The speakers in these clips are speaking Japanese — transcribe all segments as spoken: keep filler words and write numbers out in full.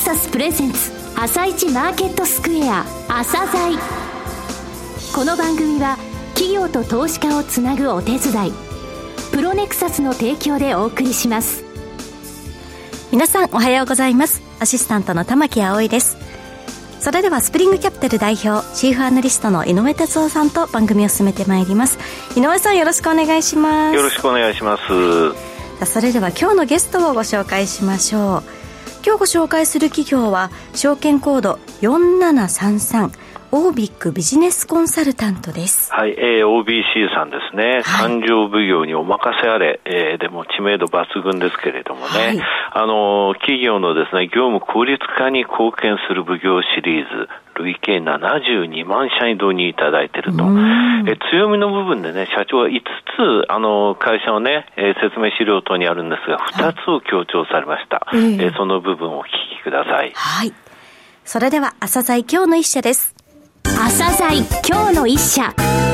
サスプレゼンツ朝一マーケットスクエア朝鮮。この番組は企業と投資家をつなぐお手伝いプロネクサスの提供でお送りします。 皆さんおはようございます。アシスタントの玉木葵です。それではスプリングキャピタル代表チーフアナリストの井上哲夫さんと番組を進めてまいります。井上さん、よろしくお願いします。 よろしくお願いします。 それでは今日のゲストをご紹介しましょう。今日ご紹介する企業は証券コードよんななさんさんオービックビジネスコンサルタントです。 はい、えー、オービーシー さんですね。勘定奉行にお任せあれ、えー、でも知名度抜群ですけれどもね、はい、あの企業のですね業務効率化に貢献する奉行シリーズ累計ななじゅうにまんしゃに導入いただいていると。え強みの部分でね、社長はいつつあの会社のね、えー、説明資料等にあるんですがふたつを強調されました、はいえー、その部分をお聞きください。 はい、それでは朝鮮今日の一社です。 朝鮮今日の一社。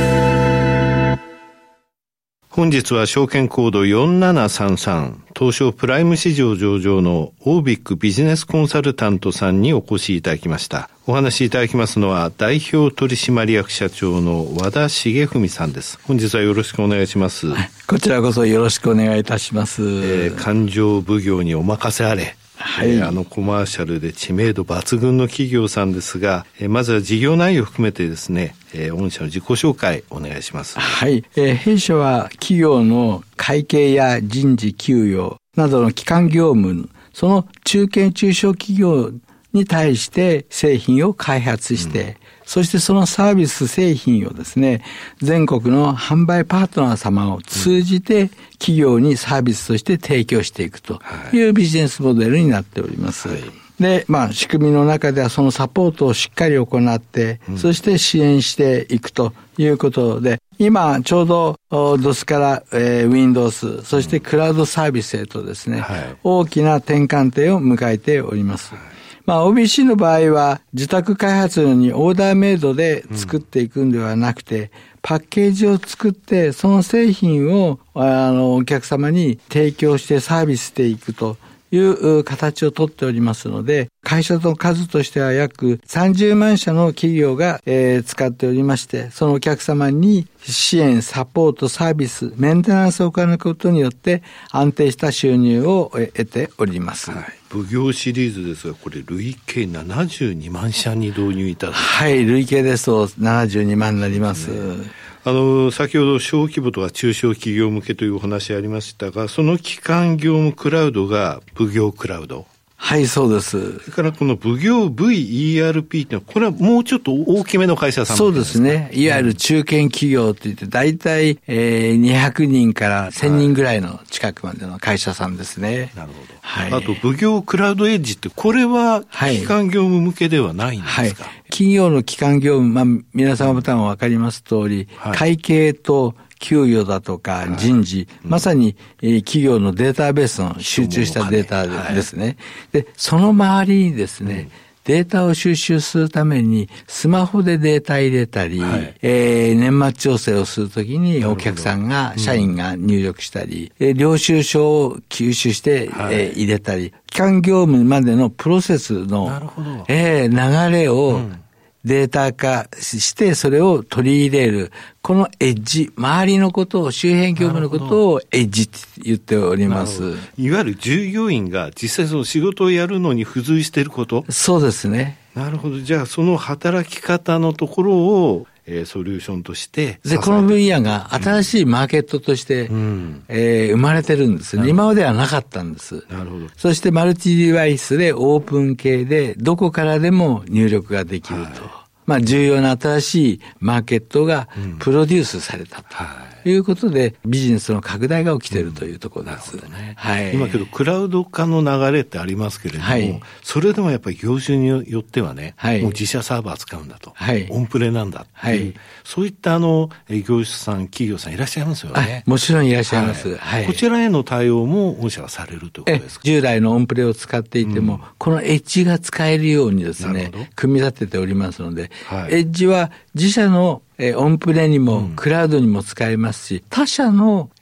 本日は証券コードよんななさんさん東証プライム市場上場のオービックビジネスコンサルタントさんにお越しいただきました。お話しいただきますのは代表取締役社長の和田重文さんです。本日はよろしくお願いします。 こちらこそよろしくお願いいたします。 えー、勘定奉行にお任せあれ。はいえー、あのコマーシャルで知名度抜群の企業さんですが、えー、まずは事業内容を含めてですね、えー、御社の自己紹介お願いします。 はい、えー、弊社は企業の会計や人事給与などの基幹業務、その中堅中小企業に対して製品を開発して、うんそしてそのサービス製品をですね、全国の販売パートナー様を通じて企業にサービスとして提供していくというビジネスモデルになっております。はい、で、まあ仕組みの中ではそのサポートをしっかり行って、うん、そして支援していくということで、今ちょうど ドス から、えー、Windows、そしてクラウドサービスへとですね、はい、大きな転換点を迎えております。はいまあ オービーシー の場合は自宅開発にオーダーメイドで作っていくんではなくて、うん、パッケージを作ってその製品をあのお客様に提供してサービスしていくという形をとっておりますので、会社の数としては約さんじゅうまんしゃの企業が、えー、使っておりまして、そのお客様に支援、サポート、サービス、メンテナンスを行うことによって安定した収入を得ております。はい、 奉行シリーズですが、これ累計ななじゅうにまんしゃに導入いただく。 はい、累計ですとななじゅうにまんになります。ねあの先ほど小規模とか中小企業向けというお話ありましたが、その基幹業務クラウドが奉行クラウド。 はい、そうです。 それからこの奉行 ブイイーアールピー ってのは、これはもうちょっと大きめの会社さんそうですね。いわゆる中堅企業といって、大体、えー、にひゃくにんからせんにんぐらいの近くまでの会社さんですね。 なるほど。はい、あと奉行クラウドエッジって、これは基幹業務向けではないんですか？はいはい、 企業の基幹業務、まあ、皆様方もわかります通り、はい、会計と給与だとか人事、はいうん、まさに、えー、企業のデータベースの集中したデータですね。はい、で、その周りにですね、うん、データを収集するためにスマホでデータ入れたり、はいえー、年末調整をするときにお客さんが、社員が入力したり、うん、領収書を吸収して、はいえー、入れたり、基幹業務までのプロセスの、えー、流れを、うんデータ化してそれを取り入れる。このエッジ、周りのことを、周辺業務のことをエッジって言っております。 いわゆる従業員が実際その仕事をやるのに付随していること。 そうですね。 なるほど。じゃあその働き方のところを、えー、ソリューションとしてで、この分野が新しいマーケットとして、うんえー、生まれてるんですね。今まではなかったんです。 なるほど。 そしてマルチデバイスでオープン系でどこからでも入力ができると。はいまあ重要な新しいマーケットがプロデュースされたと。うんはいということでビジネスの拡大が起きているというところです、うんねはい、今けどクラウド化の流れってありますけれども、はい、それでもやっぱり業種によってはね、はい、もう自社サーバー使うんだと、はい、オンプレなんだっていう、はい、そういったあの業種さん企業さんいらっしゃいますよね。 もちろんいらっしゃいます、はいはい、 こちらへの対応も御社はされるということですか？ 従来のオンプレを使っていても、うん、このエッジが使えるようにですね組み立てておりますので、はい、エッジは自社のえー、オンプレにもクラウドにも使えますし、うん、他社の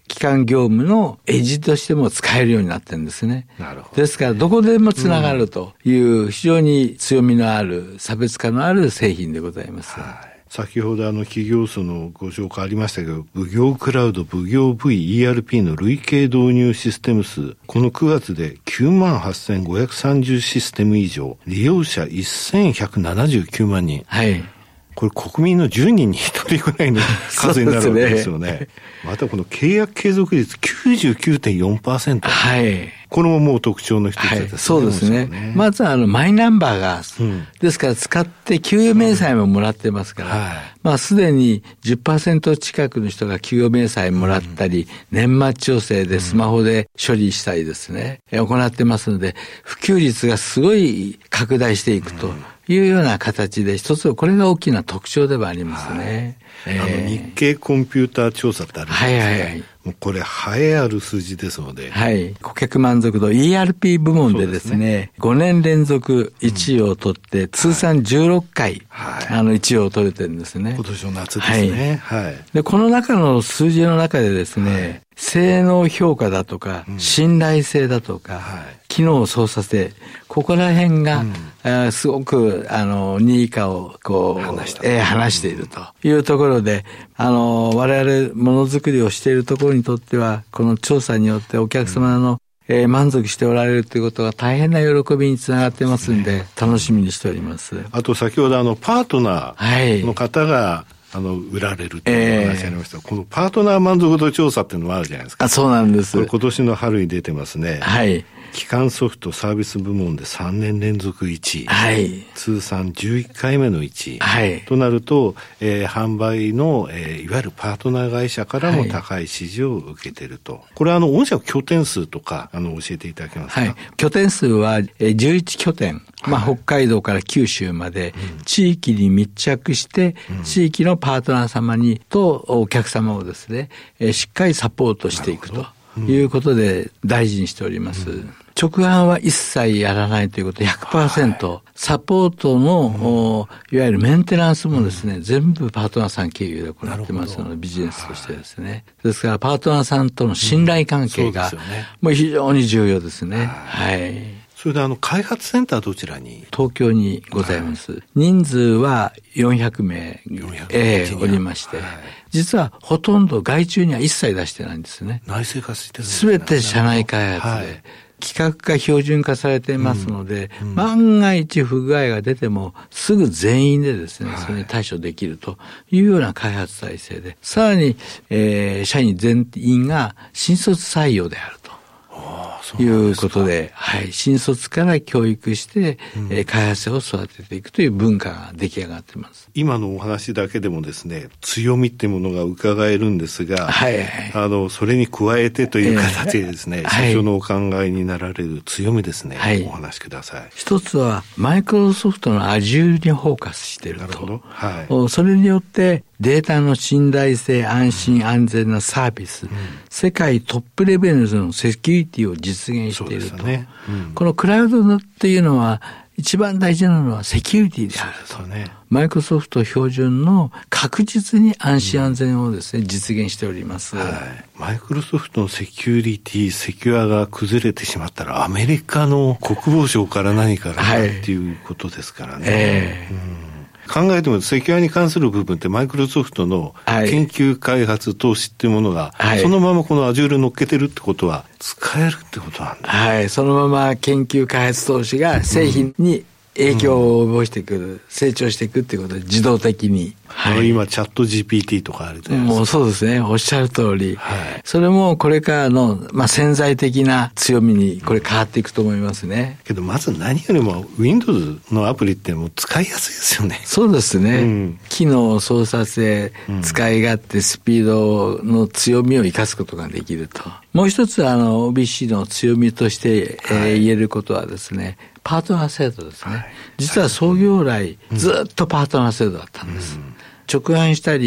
基幹業務のエッジとしても使えるようになってるんですね。 なるほど。 ですからどこでもつながるという非常に強みのある差別化のある製品でございます。 はい、先ほどあの企業数のご紹介ありましたけど、奉行クラウド奉行 ブイイーアールピー の累計導入システム数、このくがつできゅうまんはっせんごひゃくさんじゅうシステム以上、利用者せんひゃくななじゅうきゅうまんにん。 はい。 これ国民のじゅうにんにひとりぐらいの数になるわけですよね。ねまたこの契約継続率 きゅうじゅうきゅうてんよんパーセント。 はい。 これももう特徴の一つですね。はい、 そうですね。ねまずあのマイナンバーが、うん、ですから使って給与明細ももらってますから、うんはい、まあすでに じゅっパーセント 近くの人が給与明細もらったり、うん、年末調整でスマホで処理したりですね、うん、行ってますので、普及率がすごい拡大していくというような形で、一つこれが大きな特徴ではありますね。 はいえー、あの日経コンピューター調査ってあるんですか、ね、はいはいはい。もうこれ栄えある数字ですので、 はい、顧客満足度 イーアールピー 部門でですね、ですねごねん連続いちいを取って、うん、通算じゅうろっかい、はい、あのいちいを取れてるんですね。 今年の夏ですね。はい。はい、 でこの中の数字の中でですね、はい、性能評価だとか、うん、信頼性だとか、はい、機能操作性、ここら辺が、うん、すごくあのにいかをこう話した、えー、話しているというところで、あの我々ものづくりをしているところにとっては、この調査によってお客様の、うんえー、満足しておられるということが大変な喜びにつながってますんで、楽しみにしております。 あと先ほどあのパートナーの方が、はいあの、売られるという話ありました、えー。このパートナー満足度調査っていうのもあるじゃないですか。 あ、そうなんです。 これ今年の春に出てますね。 はい。 基幹ソフトサービス部門でさんねん連続いちい。 はい。 通算じゅういっかいめのいちい。 はい。 となると、えー、販売の、えー、いわゆるパートナー会社からも高い支持を受けていると。はい、これはあの、御社拠点数とか、あの、教えていただけますか。はい。 拠点数は、えー、じゅういちきょてん。まあ、北海道から九州まで地域に密着して、地域のパートナー様にとお客様をですね、しっかりサポートしていくということで大事にしております。直販は一切やらないということで ひゃくパーセント、サポートの、いわゆるメンテナンスもですね、全部パートナーさん経由で行ってますので、ビジネスとしてですね。ですからパートナーさんとの信頼関係がもう非常に重要ですね。はい。 それであの開発センターどちらに？ 東京にございます。はい、人数はよんひゃくめい、よんひゃくえー、おりまして、はい、実はほとんど外注には一切出してないんですね。 内製化してるんですね。すべて社内開発で、はい、規格が標準化されていますので、うんうん、万が一不具合が出てもすぐ全員でですね、はい、それに対処できるというような開発体制で、さらに、えー、社員全員が新卒採用であると。いうことで、はい、新卒から教育して、うんえー、開発者を育てていくという文化が出来上がっています。 今のお話だけでもですね、強みっていうものが伺えるんですが、はいはい、あのそれに加えてという形でですね、えー、社長のお考えになられる強みですね、はい、お話しください。 一つはマイクロソフトの Azure にフォーカスしていると。なるほど。はい。それによってデータの信頼性、安心安全なサービス、うん、世界トップレベルのセキュリティを実現していると、ねうん、このクラウドっていうのは一番大事なのはセキュリティであると。そうですね。マイクロソフト標準の確実に安心安全をですね、うん、実現しております。はい。 マイクロソフトのセキュリティ、セキュアが崩れてしまったらアメリカの国防省から何からっていうことですからね。はいえーうん考えてもセキュアに関する部分ってマイクロソフトの研究開発投資っていうものが、はい、そのままこの Azure 乗っけてるってことは使えるってことなんだ。 はい、そのまま研究開発投資が製品に影響を及ぼしてくる、うん、成長していくっていうことで自動的に。 はい、今チャット ジーピーティー とかあるじゃないですか。 もうそうですね。おっしゃる通り。はい、それもこれからの、まあ、潜在的な強みにこれ変わっていくと思いますね。 けどまず何よりも Windows のアプリってもう使いやすいですよね。 そうですね。うん、機能操作性、使い勝手、スピードの強みを生かすことができると。もう一つあの オービーシー の強みとして、はいえー、言えることはですね、パートナー制度ですね。はい、実は創業来、ずっとパートナー制度だったんです。うん、直販したり、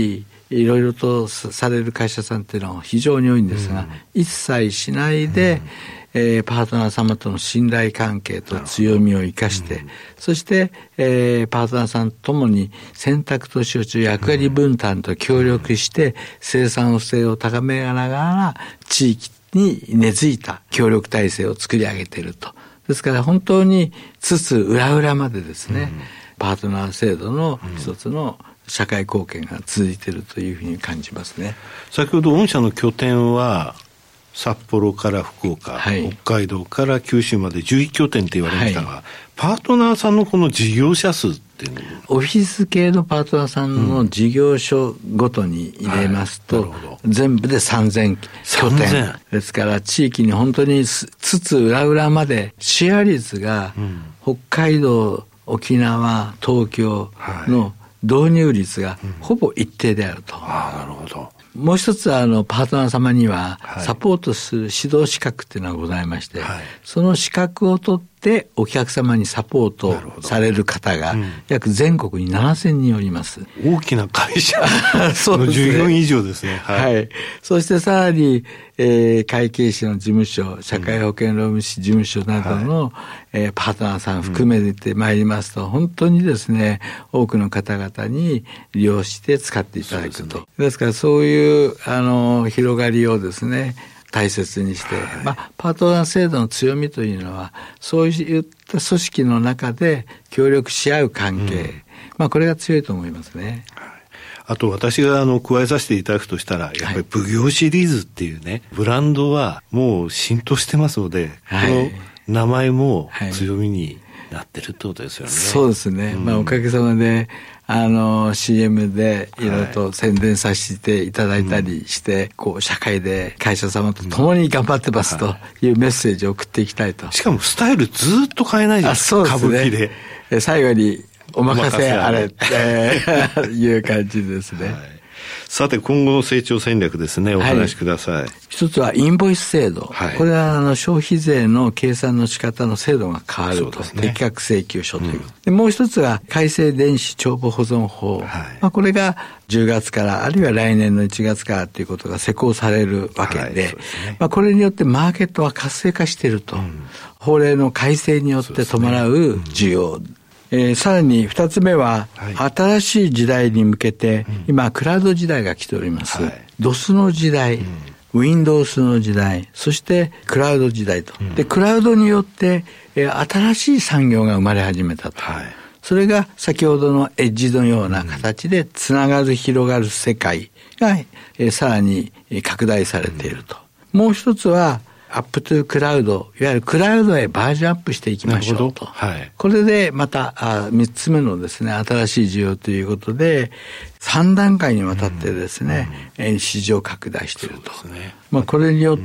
いろいろとされる会社さんっていうのは非常に多いんですが、うん、一切しないで、うんえー、パートナー様との信頼関係と強みを生かして、うん、そして、えー、パートナーさんともに選択と集中、役割分担と協力して生産性を高めながら地域に根付いた協力体制を作り上げていると。ですから本当につつ裏裏までですね、うん、パートナー制度の一つの社会貢献が続いているというふうに感じますね。 先ほど御社の拠点は札幌から福岡、はい、北海道から九州までじゅういち拠点って言われましたが、はい、パートナーさんのこの事業者数っていうのはオフィス系のパートナーさんの事業所ごとに入れますと、うんはい、全部でさんぜん拠点ですから、地域に本当につつ裏裏までシェア率が北海道、沖縄、東京の導入率がほぼ一定であると、うん、 ああなるほど。 もう一つはあのパートナー様にはサポートする指導資格っていうのがございまして、はい、その資格を取ってお客様にサポートされる方が約全国にななせんにんおります。 大きな会社の従業員以上ですね。 はい。はい、そしてさらに、えー、会計士の事務所、社会保険労務士事務所などの、はいえー、パートナーさん含めてまいりますと、うん、本当にですね、多くの方々に利用して使っていただくと。ですね、ですからそういうあの広がりをですね、大切にして、はいまあ、パートナー制度の強みというのはそういった組織の中で協力し合う関係、うんまあ、これが強いと思いますね。 はい、あと私があの加えさせていただくとしたらやっぱり奉行シリーズっていうね、はい、ブランドはもう浸透してますので、はい、この名前も強みになってるってことですよね。はい、 そうですね、うんまあ、おかげさまであの シーエム でいろいろと宣伝させていただいたりして、はい、こう社会で会社様と共に頑張ってますというメッセージを送っていきたいと。 しかもスタイルずっと変えないじゃないですか。 あ、そうですね、 歌舞伎で最後にお任せあれっていう感じですね。はい、 さて今後の成長戦略ですね、お話しください。はい、 一つはインボイス制度、はい、これはあの消費税の計算の仕方の制度が変わると、ね、適格請求書という、うん、でもう一つは改正電子帳簿保存法、はいまあ、これがじゅうがつからあるいは来年のいちがつからということが施行されるわけで、はいでねまあ、これによってマーケットは活性化していると、うん、法令の改正によって伴う需要、えー、さらに二つ目は、はい、新しい時代に向けて、うん、今クラウド時代が来ております、はい、ドス の時代、うん、Windows の時代、そしてクラウド時代と、うん、でクラウドによって、えー、新しい産業が生まれ始めたと、はい、それが先ほどのエッジのような形でつながる広がる世界が、えー、さらに拡大されていると、うん、もう一つはアップトゥクラウド、いわゆるクラウドへバージョンアップしていきましょうと。はい、これでまたあみっつめのですね、新しい需要ということで、さん段階にわたってですね、うんうん、市場拡大していると。そうですね、まあ、これによって、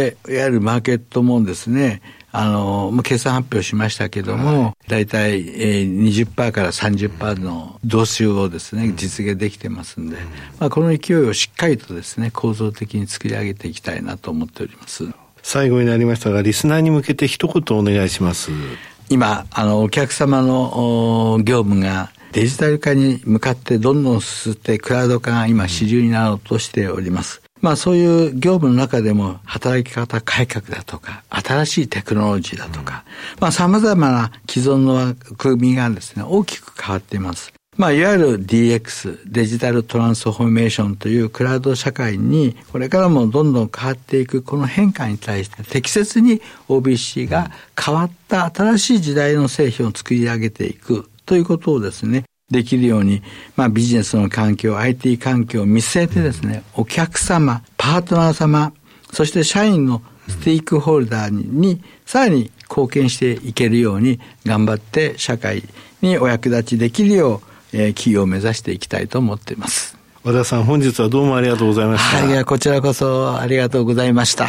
うん、いわゆるマーケットもですね、あの、まあ、決算発表しましたけども、だいたい にじゅっパーセント から さんじゅっパーセント の増収をですね、実現できてますんで、まあ、この勢いをしっかりとですね、構造的に作り上げていきたいなと思っております。 最後になりましたが、リスナーに向けて一言お願いします。 今、あの、お客様の業務がデジタル化に向かってどんどん進んで、クラウド化が今主流になろうとしております。まあそういう業務の中でも働き方改革だとか、新しいテクノロジーだとか、まあ様々な既存の枠組みがですね、大きく変わっています。まあ、いわゆる ディーエックス、デジタルトランスフォーメーションというクラウド社会にこれからもどんどん変わっていくこの変化に対して適切に オービーシー が変わった新しい時代の製品を作り上げていくということをですね、できるように、まあビジネスの環境、アイティー 環境を見据えてですね、お客様、パートナー様、そして社員のステークホルダーに、にさらに貢献していけるように頑張って社会にお役立ちできるようえー、企業を目指していきたいと思っています。 和田さん、本日はどうもありがとうございました。 はい、こちらこそありがとうございました。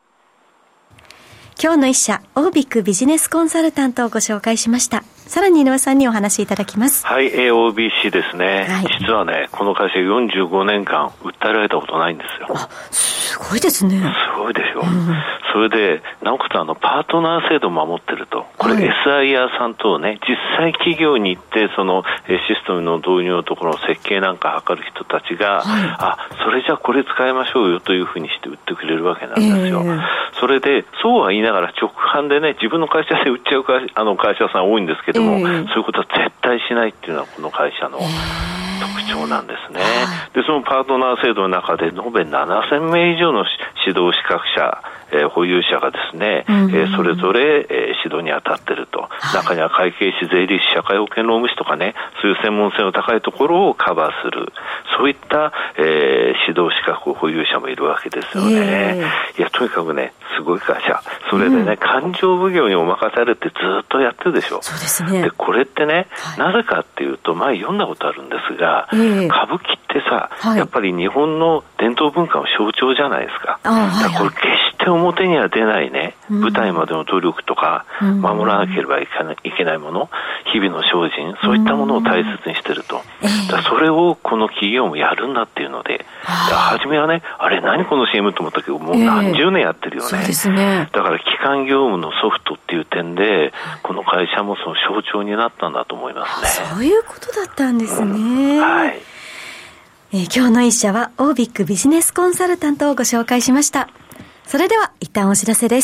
今日の一社、オービックビジネスコンサルタントをご紹介しました。さらに井上さんにお話しいただきます。 はい、オービーシー ですね、はい、実はね、この会社よんじゅうごねんかん訴えられたことないんですよ。 あ、すごごいですね。 すごいでしょ、うん、それでなおかつあのパートナー制度を守ってると、これ エスアイアール さんとね、実際企業に行ってそのシステムの導入のところの設計なんか図る人たちが、はい、あ、それじゃあこれ使いましょうよというふうにして売ってくれるわけなんですよ、えー、それでそうは言いながら直販でね、自分の会社で売っちゃう会あの会社さん多いんですけども、えー、そういうことは絶対しないっていうのはこの会社の特徴なんですね、えー、でそのパートナー制度の中で延べななせんめい以上の指導資格者、えー、保有者がですね、うんうんうん、えー、それぞれ、えー、指導に当たっていると、はい、中には会計士、税理士、社会保険労務士とかね、そういう専門性の高いところをカバーする、そういった、えー、指導資格保有者もいるわけですよね、えー、いやとにかくね、すごい会社、それでね、うん、勘定奉行にお任せあれってずっとやってるでしょ。 そうですね。 でこれってね、はい、なぜかっていうと、前読んだことあるんですが、えー、歌舞伎ってさ、はい、やっぱり日本の伝統文化の象徴じゃないですか。あ、だからこれ決して表には出ないね、うん、舞台までの努力とか、うん、守らなければいけない、いけないもの、日々の精進、そういったものを大切にしてると、うん、だそれをこの企業もやるんだっていうので、だ初めはね、あれ何この シーエム と思ったけど、もう何十年やってるよね、えー、そうですね。だから基幹業務のソフトっていう点で、この会社もその象徴になったんだと思いますね。 そういうことだったんですね、うん、はい。えー、今日の一社はオービックビジネスコンサルタントをご紹介しました。それでは一旦お知らせです。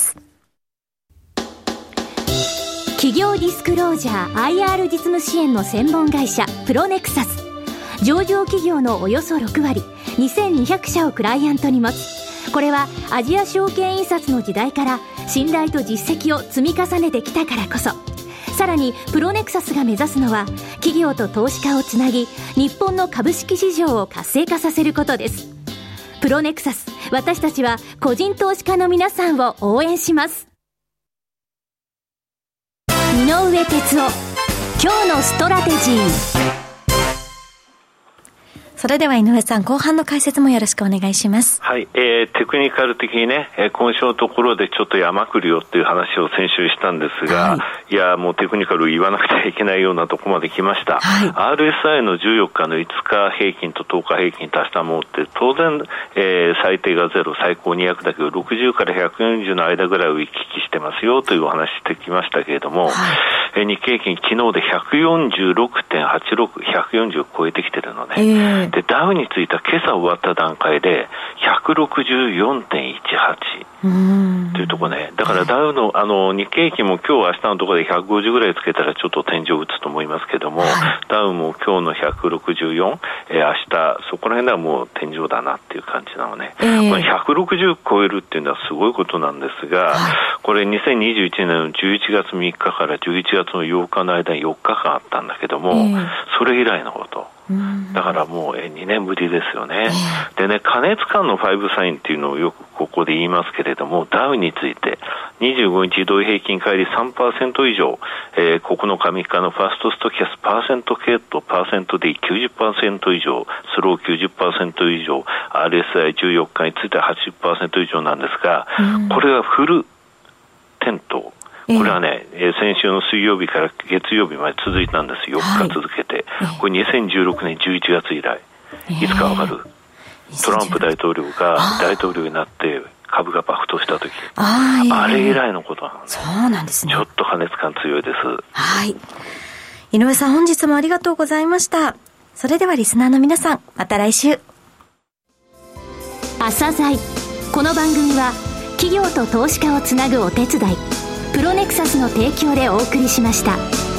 企業ディスクロージャー アイアール 実務支援の専門会社プロネクサス、上場企業のおよそろくわり、にせんにひゃくしゃをクライアントに持つ。これはアジア証券印刷の時代から信頼と実績を積み重ねてきたからこそ。さらにプロネクサスが目指すのは、企業と投資家をつなぎ、日本の株式市場を活性化させることです。プロネクサス、私たちは個人投資家の皆さんを応援します。井上哲夫、今日のストラテジー。 それでは井上さん、後半の解説もよろしくお願いします。 はい、えー、テクニカル的にね、えー、今週のところでちょっと山来るよっていう話を先週したんですが、はい、いやもうテクニカル言わなくちゃいけないようなところまで来ました、はい、アールエスアイ のじゅうよっかのいつか平均ととおか平均足したものって当然、えー、最低がゼロ最高にひゃくだけどろくじゅうからひゃくよんじゅうの間ぐらいを行き来してますよというお話してきましたけれども、はい、えー、日経平均昨日で ひゃくよんじゅうろくてんはちろく、ひゃくよんじゅうを超えてきてるのね、えー、でダウについては今朝終わった段階で ひゃくろくじゅうよんてんいちはち というところね。だからダウの、あの日経平均も今日明日のところでひゃくごじゅうぐらいつけたらちょっと天井打つと思いますけども、はい、ダウも今日のひゃくろくじゅうよん、えー、明日そこら辺ではもう天井だなっていう感じなのね、えー、これひゃくろくじゅう超えるっていうのはすごいことなんですが、はい、これにせんにじゅういちねんのじゅういちがつみっかからじゅういちがつのようかの間によっかかんあったんだけども、えー、それ以来のこと、だからもうえにねんぶりですよね、えー、でね、過熱感のファイブサインっていうのをよくここで言いますけれども、ダウについてにじゅうごにち移動平均乖離 さんパーセント 以上、えー、ここのかみっかのファーストストキャスパーセント系とパーセントで きゅうじゅっパーセント 以上、スロー きゅうじゅっパーセント 以上、 アールエスアイじゅうよっかについては はちじゅっパーセント 以上なんですが、これがフル点灯、これはね、えー、先週の水曜日から月曜日まで続いたんです。よっか続けて、はい、これにせんじゅうろくねんじゅういちがつ以来、いつかわかる、えー、トランプ大統領が大統領になって株が爆投した時、あ, あれ以来のことなんです。 そうなんですね。 ちょっと過熱感強いです。 はい、井上さん、本日もありがとうございました。それではリスナーの皆さん、また来週。 朝鮮、この番組は企業と投資家をつなぐお手伝い、プロネクサスの提供でお送りしました。